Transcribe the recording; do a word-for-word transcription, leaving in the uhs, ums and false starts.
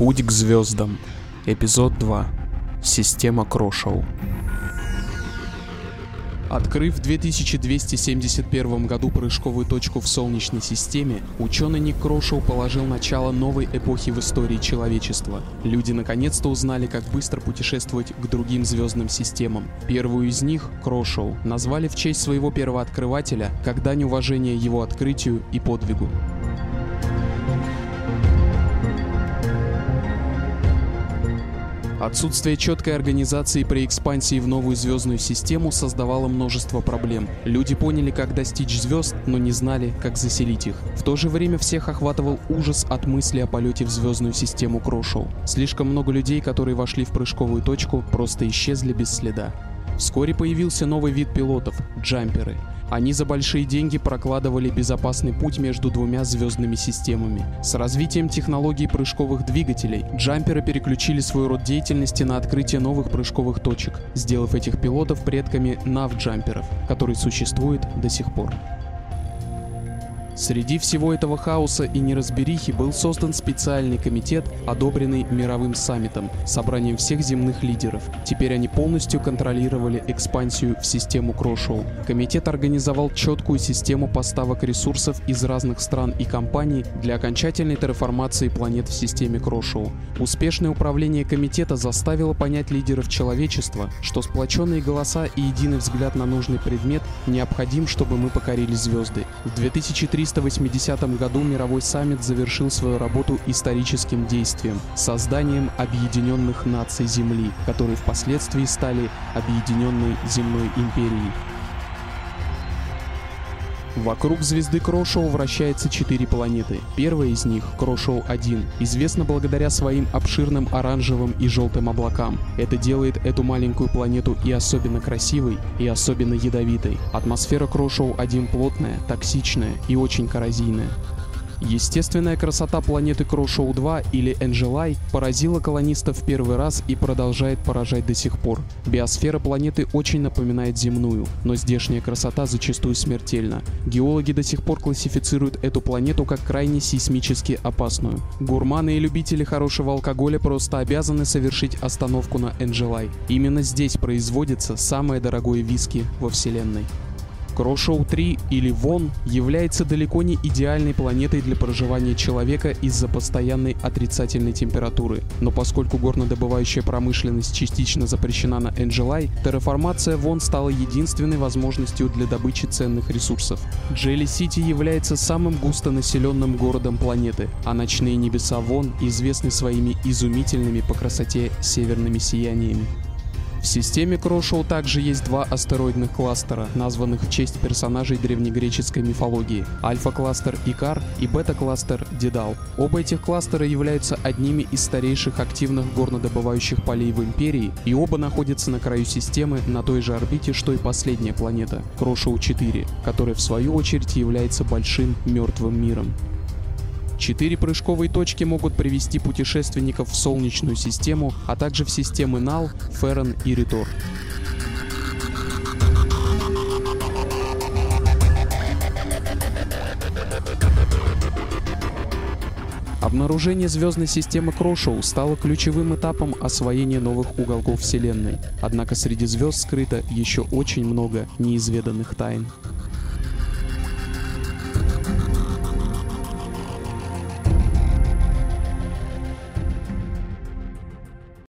Путь к звездам. Эпизод два. Система Крошоу. Открыв в две тысячи двести семьдесят первом году прыжковую точку в Солнечной системе, ученый Ник Крошоу положил начало новой эпохи в истории человечества. Люди наконец-то узнали, как быстро путешествовать к другим звездным системам. Первую из них, Крошоу, назвали в честь своего первооткрывателя, как дань уважения его открытию и подвигу. Отсутствие четкой организации при экспансии в новую звездную систему создавало множество проблем. Люди поняли, как достичь звезд, но не знали, как заселить их. В то же время всех охватывал ужас от мысли о полете в звездную систему Крошоу. Слишком много людей, которые вошли в прыжковую точку, просто исчезли без следа. Вскоре появился новый вид пилотов – джамперы. Они за большие деньги прокладывали безопасный путь между двумя звездными системами. С развитием технологий прыжковых двигателей джамперы переключили свой род деятельности на открытие новых прыжковых точек, сделав этих пилотов предками навджамперов, которые существуют до сих пор. Среди всего этого хаоса и неразберихи был создан специальный комитет, одобренный мировым саммитом, собранием всех земных лидеров. Теперь они полностью контролировали экспансию в систему Крошоу. Комитет организовал четкую систему поставок ресурсов из разных стран и компаний для окончательной терраформации планет в системе Крошоу. Успешное управление комитета заставило понять лидеров человечества, что сплоченные голоса и единый взгляд на нужный предмет необходим, чтобы мы покорили звезды. В две тысячи триста восьмидесятом году мировой саммит завершил свою работу историческим действием – созданием Объединенных Наций Земли, которые впоследствии стали Объединенной Земной Империей. Вокруг звезды Крошоу вращается четыре планеты. Первая из них, Крошоу один, известна благодаря своим обширным оранжевым и желтым облакам. Это делает эту маленькую планету и особенно красивой, и особенно ядовитой. Атмосфера Крошоу один плотная, токсичная и очень коррозийная. Естественная красота планеты Крошоу два или Энджелай поразила колонистов в первый раз и продолжает поражать до сих пор. Биосфера планеты очень напоминает земную, но здешняя красота зачастую смертельна. Геологи до сих пор классифицируют эту планету как крайне сейсмически опасную. Гурманы и любители хорошего алкоголя просто обязаны совершить остановку на Энджелай. Именно здесь производится самое дорогое виски во Вселенной. Крошоу три или Вон является далеко не идеальной планетой для проживания человека из-за постоянной отрицательной температуры. Но поскольку горнодобывающая промышленность частично запрещена на Энджелай, терраформация Вон стала единственной возможностью для добычи ценных ресурсов. Джелли-Сити является самым густонаселенным городом планеты, а ночные небеса Вон известны своими изумительными по красоте северными сияниями. В системе Крошоу также есть два астероидных кластера, названных в честь персонажей древнегреческой мифологии – альфа-кластер Икар и бета-кластер Дедал. Оба этих кластера являются одними из старейших активных горнодобывающих полей в Империи, и оба находятся на краю системы на той же орбите, что и последняя планета – Крошоу четыре, которая в свою очередь является большим мертвым миром. Четыре прыжковые точки могут привести путешественников в Солнечную систему, а также в системы Нал, Феррон и Ритор. Обнаружение звездной системы Крошоу стало ключевым этапом освоения новых уголков Вселенной. Однако среди звезд скрыто еще очень много неизведанных тайн.